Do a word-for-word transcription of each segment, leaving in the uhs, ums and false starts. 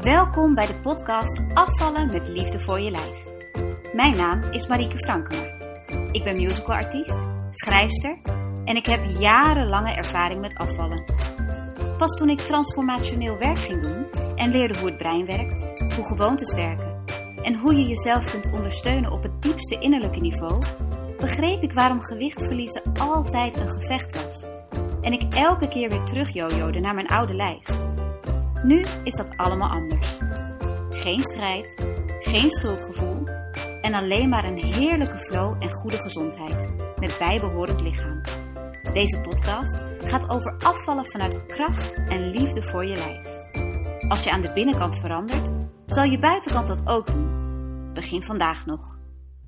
Welkom bij de podcast Afvallen met liefde voor je lijf. Mijn naam is Marieke Frankema. Ik ben musicalartiest, schrijfster en ik heb jarenlange ervaring met afvallen. Pas toen ik transformationeel werk ging doen en leerde hoe het brein werkt, hoe gewoontes werken en hoe je jezelf kunt ondersteunen op het diepste innerlijke niveau, begreep ik waarom gewicht verliezen altijd een gevecht was. En ik elke keer weer terug jojode naar mijn oude lijf. Nu is dat allemaal anders. Geen strijd, geen schuldgevoel en alleen maar een heerlijke flow en goede gezondheid met bijbehorend lichaam. Deze podcast gaat over afvallen vanuit kracht en liefde voor je lijf. Als je aan de binnenkant verandert, zal je buitenkant dat ook doen. Begin vandaag nog.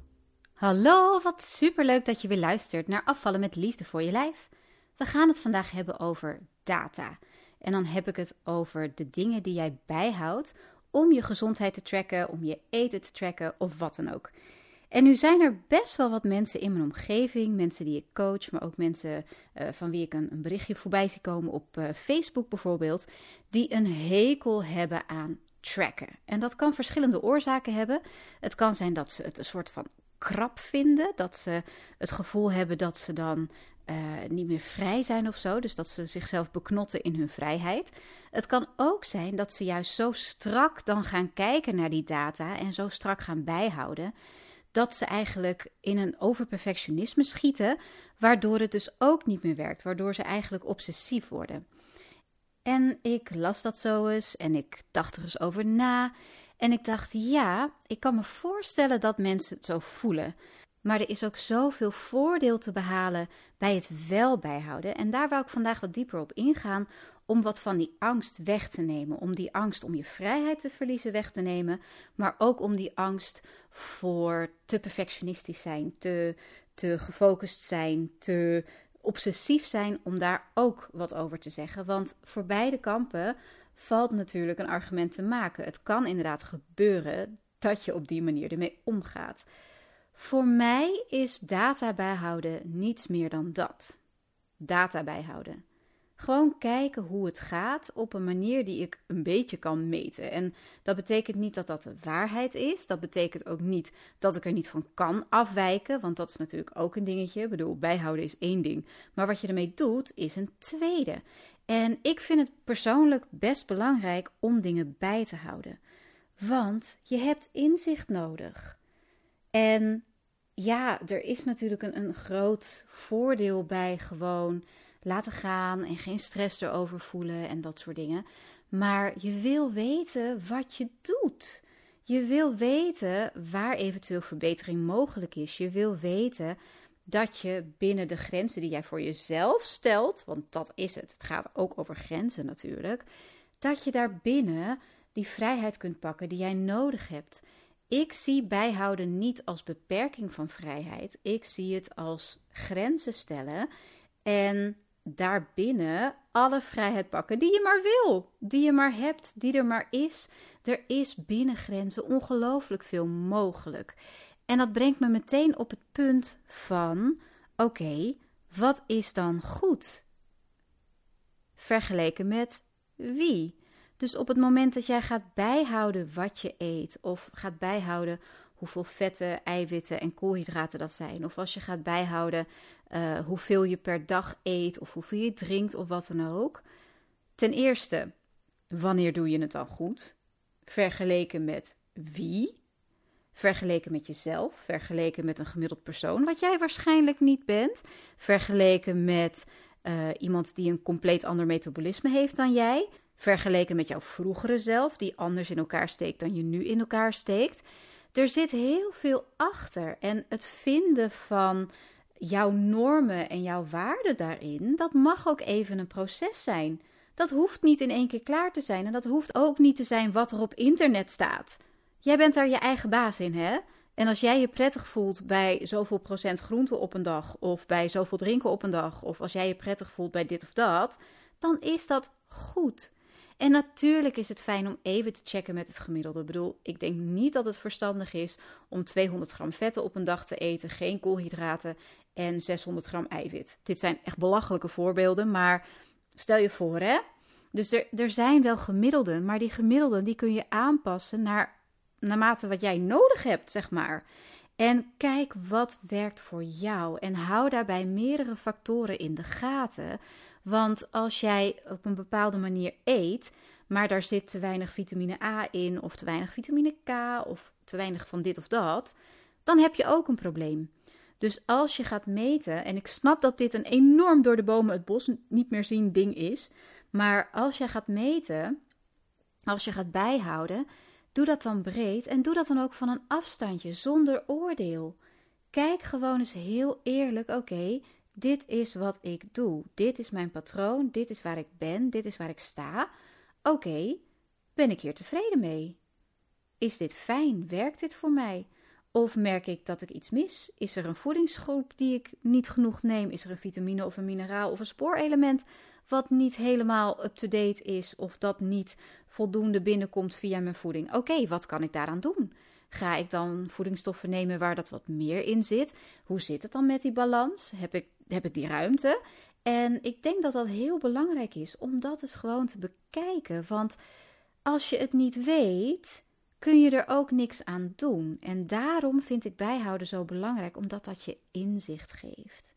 Hallo, wat superleuk dat je weer luistert naar Afvallen met liefde voor je lijf. We gaan het vandaag hebben over data. En dan heb ik het over de dingen die jij bijhoudt om je gezondheid te tracken, om je eten te tracken of wat dan ook. En nu zijn er best wel wat mensen in mijn omgeving, mensen die ik coach, maar ook mensen uh, van wie ik een, een berichtje voorbij zie komen op uh, Facebook bijvoorbeeld, die een hekel hebben aan tracken. En dat kan verschillende oorzaken hebben. Het kan zijn dat ze het een soort van krap vinden, dat ze het gevoel hebben dat ze dan uh, niet meer vrij zijn of zo, dus dat ze zichzelf beknotten in hun vrijheid. Het kan ook zijn dat ze juist zo strak dan gaan kijken naar die data en zo strak gaan bijhouden, dat ze eigenlijk in een overperfectionisme schieten, waardoor het dus ook niet meer werkt, waardoor ze eigenlijk obsessief worden. En ik las dat zo eens en ik dacht er eens over na. En ik dacht, ja, ik kan me voorstellen dat mensen het zo voelen. Maar er is ook zoveel voordeel te behalen bij het wel bijhouden. En daar wou ik vandaag wat dieper op ingaan om wat van die angst weg te nemen. Om die angst om je vrijheid te verliezen weg te nemen. Maar ook om die angst voor te perfectionistisch zijn, te, te gefocust zijn, te obsessief zijn, om daar ook wat over te zeggen. Want voor beide kampen valt natuurlijk een argument te maken. Het kan inderdaad gebeuren dat je op die manier ermee omgaat. Voor mij is data bijhouden niets meer dan dat. Data bijhouden. Gewoon kijken hoe het gaat op een manier die ik een beetje kan meten. En dat betekent niet dat dat de waarheid is. Dat betekent ook niet dat ik er niet van kan afwijken. Want dat is natuurlijk ook een dingetje. Ik bedoel, bijhouden is één ding. Maar wat je ermee doet, is een tweede. En ik vind het persoonlijk best belangrijk om dingen bij te houden. Want je hebt inzicht nodig. En ja, er is natuurlijk een, een groot voordeel bij gewoon laten gaan en geen stress erover voelen en dat soort dingen. Maar je wil weten wat je doet. Je wil weten waar eventueel verbetering mogelijk is. Je wil weten dat je binnen de grenzen die jij voor jezelf stelt, want dat is het, het gaat ook over grenzen natuurlijk, dat je daarbinnen die vrijheid kunt pakken die jij nodig hebt. Ik zie bijhouden niet als beperking van vrijheid. Ik zie het als grenzen stellen en daarbinnen alle vrijheid pakken die je maar wil, die je maar hebt, die er maar is. Er is binnen grenzen ongelooflijk veel mogelijk. En dat brengt me meteen op het punt van, oké, okay, wat is dan goed? Vergeleken met wie? Dus op het moment dat jij gaat bijhouden wat je eet, of gaat bijhouden hoeveel vetten, eiwitten en koolhydraten dat zijn, of als je gaat bijhouden uh, hoeveel je per dag eet, of hoeveel je drinkt, of wat dan ook. Ten eerste, wanneer doe je het dan goed? Vergeleken met wie? Vergeleken met jezelf, vergeleken met een gemiddeld persoon, wat jij waarschijnlijk niet bent. Vergeleken met uh, iemand die een compleet ander metabolisme heeft dan jij. Vergeleken met jouw vroegere zelf, die anders in elkaar steekt dan je nu in elkaar steekt. Er zit heel veel achter. En het vinden van jouw normen en jouw waarden daarin, dat mag ook even een proces zijn. Dat hoeft niet in één keer klaar te zijn. En dat hoeft ook niet te zijn wat er op internet staat. Jij bent daar je eigen baas in, hè? En als jij je prettig voelt bij zoveel procent groente op een dag, of bij zoveel drinken op een dag, of als jij je prettig voelt bij dit of dat, dan is dat goed. En natuurlijk is het fijn om even te checken met het gemiddelde. Ik bedoel, ik denk niet dat het verstandig is om tweehonderd gram vetten op een dag te eten, geen koolhydraten en zeshonderd gram eiwit. Dit zijn echt belachelijke voorbeelden, maar stel je voor, hè, Dus er, er zijn wel gemiddelden, maar die gemiddelden die kun je aanpassen naar, naarmate wat jij nodig hebt, zeg maar. En kijk wat werkt voor jou en hou daarbij meerdere factoren in de gaten. Want als jij op een bepaalde manier eet, maar daar zit te weinig vitamine A in of te weinig vitamine K of te weinig van dit of dat, dan heb je ook een probleem. Dus als je gaat meten, en ik snap dat dit een enorm door de bomen het bos niet meer zien ding is, maar als je gaat meten, als je gaat bijhouden, doe dat dan breed en doe dat dan ook van een afstandje, zonder oordeel. Kijk gewoon eens heel eerlijk, oké, okay, dit is wat ik doe. Dit is mijn patroon, dit is waar ik ben, dit is waar ik sta. Oké, okay, ben ik hier tevreden mee? Is dit fijn? Werkt dit voor mij? Of merk ik dat ik iets mis? Is er een voedingsgroep die ik niet genoeg neem? Is er een vitamine of een mineraal of een spoorelement wat niet helemaal up-to-date is of dat niet voldoende binnenkomt via mijn voeding? Oké, okay, wat kan ik daaraan doen? Ga ik dan voedingsstoffen nemen waar dat wat meer in zit? Hoe zit het dan met die balans? Heb ik, heb ik die ruimte? En ik denk dat dat heel belangrijk is om dat eens gewoon te bekijken. Want als je het niet weet, kun je er ook niks aan doen. En daarom vind ik bijhouden zo belangrijk, omdat dat je inzicht geeft.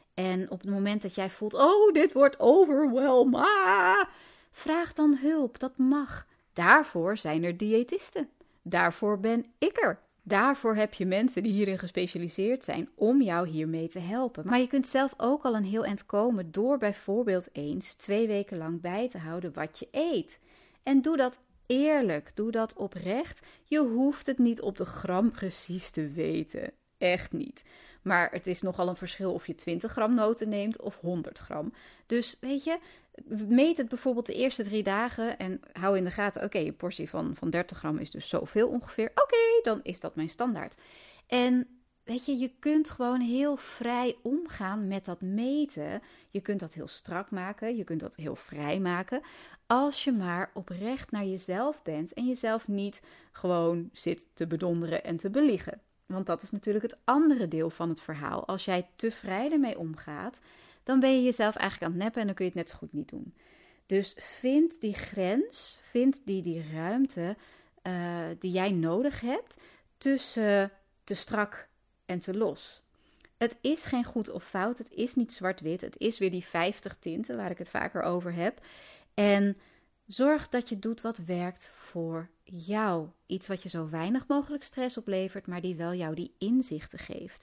En op het moment dat jij voelt, oh, dit wordt overwhelm, ah, vraag dan hulp, dat mag. Daarvoor zijn er diëtisten. Daarvoor ben ik er. Daarvoor heb je mensen die hierin gespecialiseerd zijn om jou hiermee te helpen. Maar je kunt zelf ook al een heel eind komen door bijvoorbeeld eens twee weken lang bij te houden wat je eet. En doe dat eerlijk, doe dat oprecht. Je hoeft het niet op de gram precies te weten. Echt niet. Maar het is nogal een verschil of je twintig gram noten neemt of honderd gram. Dus weet je, meet het bijvoorbeeld de eerste drie dagen en hou in de gaten, oké, okay, een portie van, van dertig gram is dus zoveel ongeveer. Oké, okay, dan is dat mijn standaard. En weet je, je kunt gewoon heel vrij omgaan met dat meten. Je kunt dat heel strak maken, je kunt dat heel vrij maken. Als je maar oprecht naar jezelf bent en jezelf niet gewoon zit te bedonderen en te beliegen. Want dat is natuurlijk het andere deel van het verhaal. Als jij te vrij ermee omgaat, dan ben je jezelf eigenlijk aan het neppen en dan kun je het net zo goed niet doen. Dus vind die grens, vind die, die ruimte uh, die jij nodig hebt tussen te strak en te los. Het is geen goed of fout, het is niet zwart-wit, het is weer die vijftig tinten waar ik het vaker over heb. En zorg dat je doet wat werkt voor jou. Iets wat je zo weinig mogelijk stress oplevert, maar die wel jou die inzichten geeft.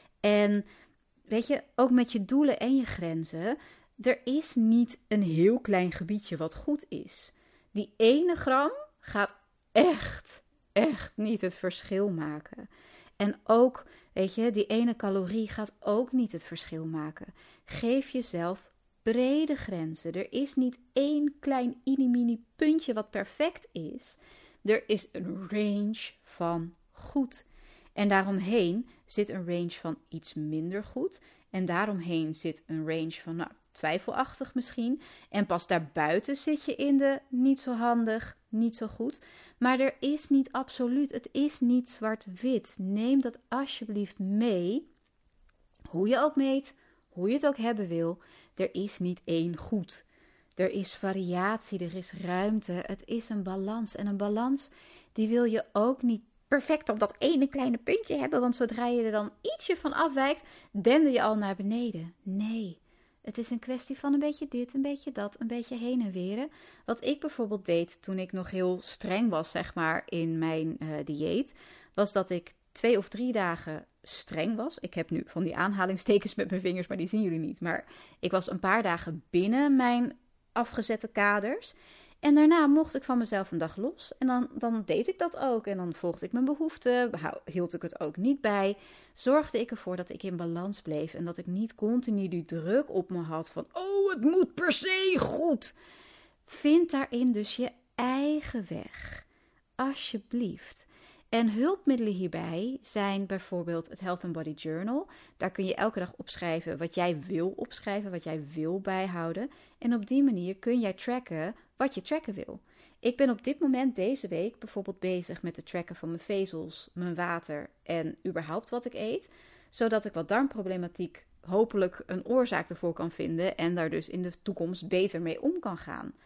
En weet je, ook met je doelen en je grenzen, er is niet een heel klein gebiedje wat goed is. Die ene gram gaat echt, echt niet het verschil maken. En ook, weet je, die ene calorie gaat ook niet het verschil maken. Geef jezelf brede grenzen. Er is niet één klein mini-mini puntje wat perfect is. Er is een range van goed. En daaromheen zit een range van iets minder goed. En daaromheen zit een range van, nou, twijfelachtig misschien. En pas daarbuiten zit je in de niet zo handig, niet zo goed. Maar er is niet absoluut, het is niet zwart-wit. Neem dat alsjeblieft mee. Hoe je ook meet, hoe je het ook hebben wil. Er is niet één goed. Er is variatie, er is ruimte. Het is een balans. En een balans, die wil je ook niet perfect op dat ene kleine puntje hebben. Want zodra je er dan ietsje van afwijkt, dender je al naar beneden. Nee, het is een kwestie van een beetje dit, een beetje dat, een beetje heen en weer. Wat ik bijvoorbeeld deed toen ik nog heel streng was, zeg maar, in mijn uh, dieet, was dat ik twee of drie dagen streng was. Ik heb nu van die aanhalingstekens met mijn vingers, maar die zien jullie niet. Maar ik was een paar dagen binnen mijn afgezette kaders. En daarna mocht ik van mezelf een dag los. En dan, dan deed ik dat ook. En dan volgde ik mijn behoeften. Hield ik het ook niet bij. Zorgde ik ervoor dat ik in balans bleef. En dat ik niet continu die druk op me had van, oh, het moet per se goed. Vind daarin dus je eigen weg. Alsjeblieft. En hulpmiddelen hierbij zijn bijvoorbeeld het Health and Body Journal. Daar kun je elke dag opschrijven wat jij wil opschrijven, wat jij wil bijhouden. En op die manier kun jij tracken wat je tracken wil. Ik ben op dit moment deze week bijvoorbeeld bezig met het tracken van mijn vezels, mijn water en überhaupt wat ik eet. Zodat ik wat darmproblematiek hopelijk een oorzaak ervoor kan vinden en daar dus in de toekomst beter mee om kan gaan.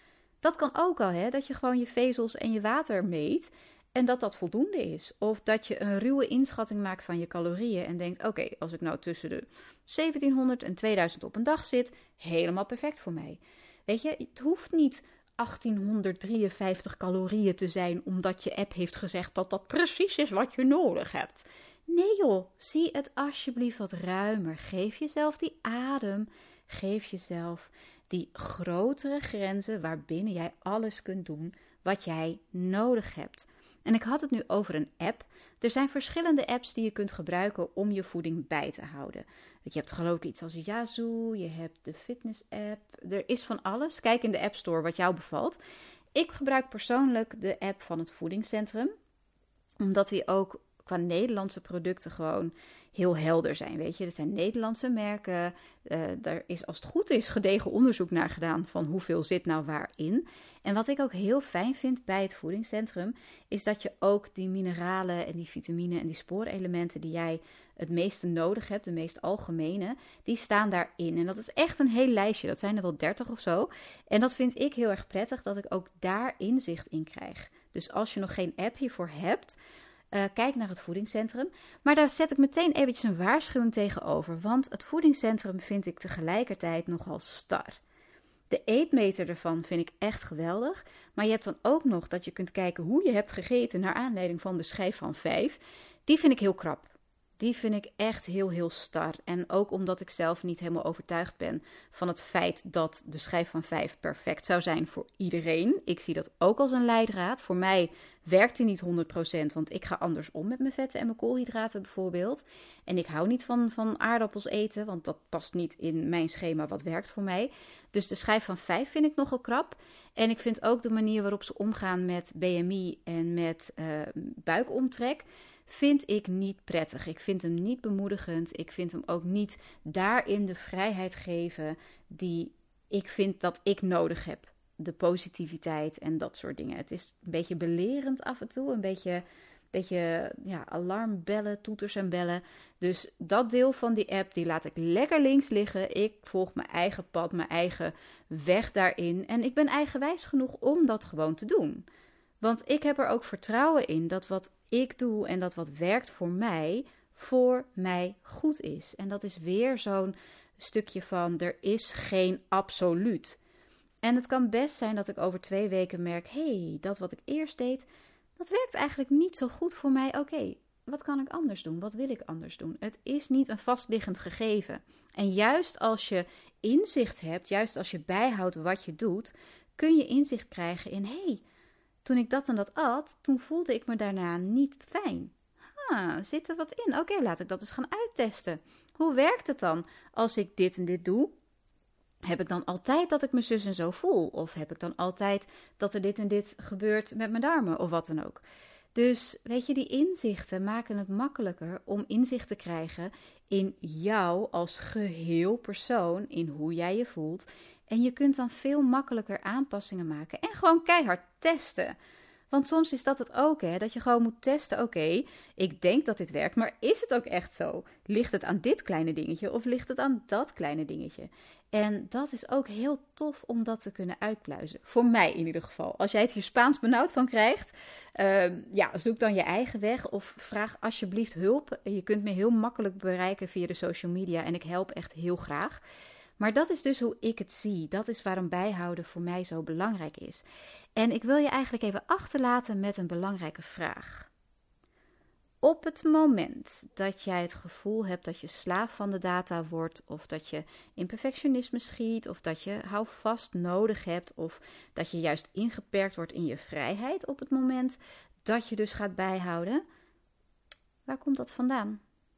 Dat kan ook al, hè, dat je gewoon je vezels en je water meet en dat dat voldoende is. Of dat je een ruwe inschatting maakt van je calorieën en denkt, oké, okay, als ik nou tussen de zeventienhonderd en tweeduizend op een dag zit, helemaal perfect voor mij. Weet je, het hoeft niet achttienhonderddrieënvijftig calorieën te zijn omdat je app heeft gezegd dat dat precies is wat je nodig hebt. Nee joh, zie het alsjeblieft wat ruimer. Geef jezelf die adem, geef jezelf die grotere grenzen waarbinnen jij alles kunt doen wat jij nodig hebt. En ik had het nu over een app. Er zijn verschillende apps die je kunt gebruiken om je voeding bij te houden. Je hebt geloof ik iets als Yazoo, je hebt de fitness app. Er is van alles. Kijk in de App Store wat jou bevalt. Ik gebruik persoonlijk de app van het voedingscentrum. Omdat die ook qua Nederlandse producten gewoon heel helder zijn, weet je. Dat zijn Nederlandse merken. Uh, daar is, als het goed is, gedegen onderzoek naar gedaan van hoeveel zit nou waarin. En wat ik ook heel fijn vind bij het voedingscentrum, is dat je ook die mineralen en die vitamine en die spoorelementen die jij het meeste nodig hebt, de meest algemene, die staan daarin. En dat is echt een heel lijstje. Dat zijn er wel dertig of zo. En dat vind ik heel erg prettig, dat ik ook daar inzicht in krijg. Dus als je nog geen app hiervoor hebt, Uh, kijk naar het voedingscentrum. Maar daar zet ik meteen eventjes een waarschuwing tegenover. Want het voedingscentrum vind ik tegelijkertijd nogal star. De eetmeter ervan vind ik echt geweldig. Maar je hebt dan ook nog dat je kunt kijken hoe je hebt gegeten naar aanleiding van de schijf van vijf. Die vind ik heel krap. Die vind ik echt heel, heel star. En ook omdat ik zelf niet helemaal overtuigd ben van het feit dat de schijf van vijf perfect zou zijn voor iedereen. Ik zie dat ook als een leidraad. Voor mij werkt die niet honderd procent, want ik ga anders om met mijn vetten en mijn koolhydraten bijvoorbeeld. En ik hou niet van, van aardappels eten, want dat past niet in mijn schema wat werkt voor mij. Dus de schijf van vijf vind ik nogal krap. En ik vind ook de manier waarop ze omgaan met B M I en met uh, buikomtrek, vind ik niet prettig. Ik vind hem niet bemoedigend. Ik vind hem ook niet daarin de vrijheid geven die ik vind dat ik nodig heb. De positiviteit en dat soort dingen. Het is een beetje belerend af en toe. Een beetje, beetje ja, alarmbellen, toeters en bellen. Dus dat deel van die app, die laat ik lekker links liggen. Ik volg mijn eigen pad, mijn eigen weg daarin. En ik ben eigenwijs genoeg om dat gewoon te doen. Want ik heb er ook vertrouwen in dat wat ik doe en dat wat werkt voor mij, voor mij goed is. En dat is weer zo'n stukje van, er is geen absoluut. En het kan best zijn dat ik over twee weken merk, hé, hey, dat wat ik eerst deed, dat werkt eigenlijk niet zo goed voor mij. Oké, okay, wat kan ik anders doen? Wat wil ik anders doen? Het is niet een vastliggend gegeven. En juist als je inzicht hebt, juist als je bijhoudt wat je doet, kun je inzicht krijgen in, hé, hey, toen ik dat en dat at, toen voelde ik me daarna niet fijn. Ha, zit er wat in? Oké, okay, laat ik dat eens gaan uittesten. Hoe werkt het dan als ik dit en dit doe? Heb ik dan altijd dat ik me zus en zo voel? Of heb ik dan altijd dat er dit en dit gebeurt met mijn darmen? Of wat dan ook. Dus weet je, die inzichten maken het makkelijker om inzicht te krijgen in jou als geheel persoon, in hoe jij je voelt. En je kunt dan veel makkelijker aanpassingen maken en gewoon keihard testen. Want soms is dat het ook, hè, dat je gewoon moet testen. Oké, okay, ik denk dat dit werkt, maar is het ook echt zo? Ligt het aan dit kleine dingetje of ligt het aan dat kleine dingetje? En dat is ook heel tof om dat te kunnen uitpluizen. Voor mij in ieder geval. Als jij het hier Spaans benauwd van krijgt, uh, ja, zoek dan je eigen weg of vraag alsjeblieft hulp. Je kunt me heel makkelijk bereiken via de social media en ik help echt heel graag. Maar dat is dus hoe ik het zie. Dat is waarom bijhouden voor mij zo belangrijk is. En ik wil je eigenlijk even achterlaten met een belangrijke vraag. Op het moment dat jij het gevoel hebt dat je slaaf van de data wordt, of dat je in perfectionisme schiet, of dat je houvast nodig hebt, of dat je juist ingeperkt wordt in je vrijheid op het moment dat je dus gaat bijhouden, waar komt dat vandaan?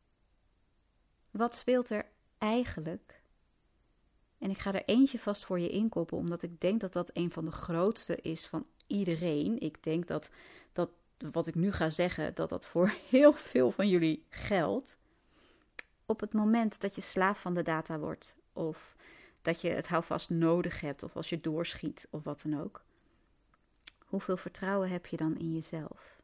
Wat speelt er eigenlijk? En ik ga er eentje vast voor je inkoppen, omdat ik denk dat dat een van de grootste is van iedereen. Ik denk dat, dat wat ik nu ga zeggen, dat dat voor heel veel van jullie geldt. Op het moment dat je slaaf van de data wordt, of dat je het houvast nodig hebt, of als je doorschiet, of wat dan ook. Hoeveel vertrouwen heb je dan in jezelf?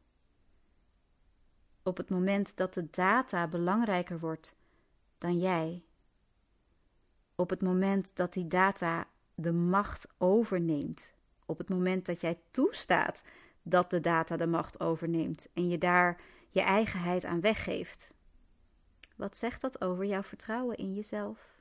Op het moment dat de data belangrijker wordt dan jij. Op het moment dat die data de macht overneemt Op het moment dat jij toestaat dat de data de macht overneemt en je daar je eigenheid aan weggeeft. Wat zegt dat over jouw vertrouwen in jezelf?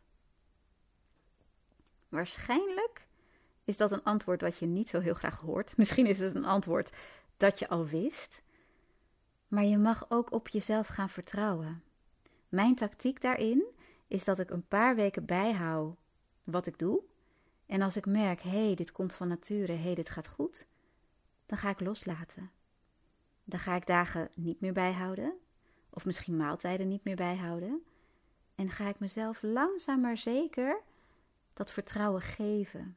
Waarschijnlijk is dat een antwoord wat je niet zo heel graag hoort. Misschien is het een antwoord dat je al wist. Maar je mag ook op jezelf gaan vertrouwen. Mijn tactiek daarin is dat ik een paar weken bijhoud wat ik doe. En als ik merk, hé, hey, dit komt van nature, hé, hey, dit gaat goed, dan ga ik loslaten. Dan ga ik dagen niet meer bijhouden. Of misschien maaltijden niet meer bijhouden. En ga ik mezelf langzaam maar zeker dat vertrouwen geven.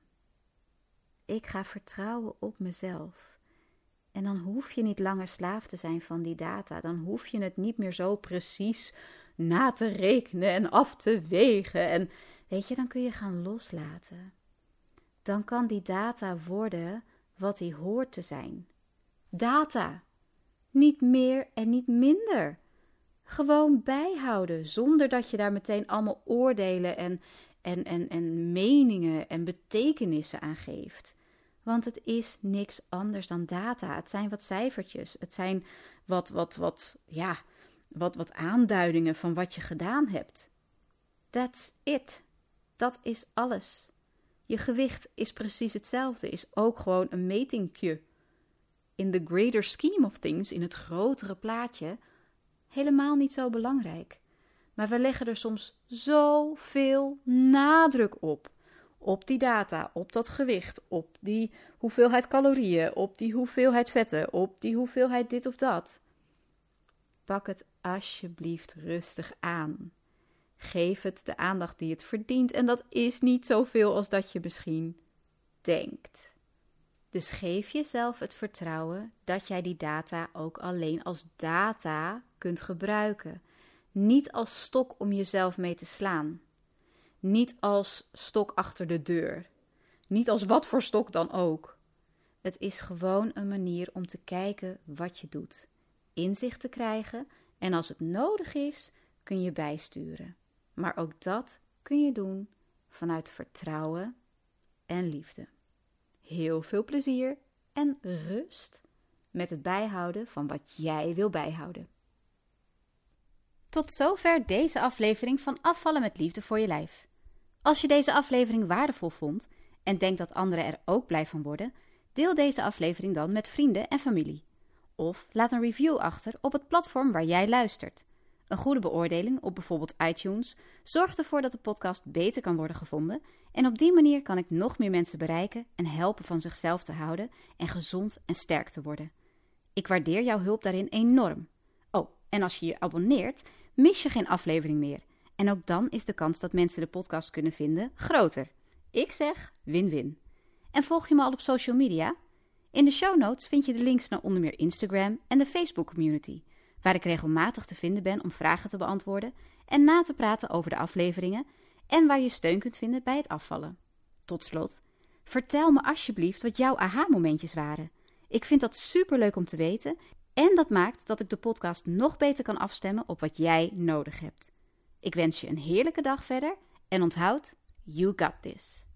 Ik ga vertrouwen op mezelf. En dan hoef je niet langer slaaf te zijn van die data. Dan hoef je het niet meer zo precies na te rekenen en af te wegen. En weet je, dan kun je gaan loslaten. Dan kan die data worden wat die hoort te zijn. Data. Niet meer en niet minder. Gewoon bijhouden, zonder dat je daar meteen allemaal oordelen en, en, en, en meningen en betekenissen aan geeft. Want het is niks anders dan data. Het zijn wat cijfertjes. Het zijn wat, wat, wat, ja, wat, wat aanduidingen van wat je gedaan hebt. That's it. Dat is alles. Je gewicht is precies hetzelfde. Is ook gewoon een metingje. In the greater scheme of things, in het grotere plaatje, helemaal niet zo belangrijk. Maar we leggen er soms zoveel nadruk op. Op die data, op dat gewicht, op die hoeveelheid calorieën, op die hoeveelheid vetten, op die hoeveelheid dit of dat. Pak het alsjeblieft rustig aan. Geef het de aandacht die het verdient en dat is niet zoveel als dat je misschien denkt. Dus geef jezelf het vertrouwen dat jij die data ook alleen als data kunt gebruiken. Niet als stok om jezelf mee te slaan. Niet als stok achter de deur. Niet als wat voor stok dan ook. Het is gewoon een manier om te kijken wat je doet. Inzicht te krijgen en als het nodig is kun je bijsturen. Maar ook dat kun je doen vanuit vertrouwen en liefde. Heel veel plezier en rust met het bijhouden van wat jij wil bijhouden. Tot zover deze aflevering van Afvallen met Liefde voor je lijf. Als je deze aflevering waardevol vond en denkt dat anderen er ook blij van worden, deel deze aflevering dan met vrienden en familie. Of laat een review achter op het platform waar jij luistert. Een goede beoordeling op bijvoorbeeld iTunes zorgt ervoor dat de podcast beter kan worden gevonden en op die manier kan ik nog meer mensen bereiken en helpen van zichzelf te houden en gezond en sterk te worden. Ik waardeer jouw hulp daarin enorm. Oh, en als je je abonneert, mis je geen aflevering meer. En ook dan is de kans dat mensen de podcast kunnen vinden groter. Ik zeg win-win. En volg je me al op social media? In de show notes vind je de links naar onder meer Instagram en de Facebook community, waar ik regelmatig te vinden ben om vragen te beantwoorden en na te praten over de afleveringen en waar je steun kunt vinden bij het afvallen. Tot slot, vertel me alsjeblieft wat jouw aha-momentjes waren. Ik vind dat superleuk om te weten en dat maakt dat ik de podcast nog beter kan afstemmen op wat jij nodig hebt. Ik wens je een heerlijke dag verder en onthoud, you got this.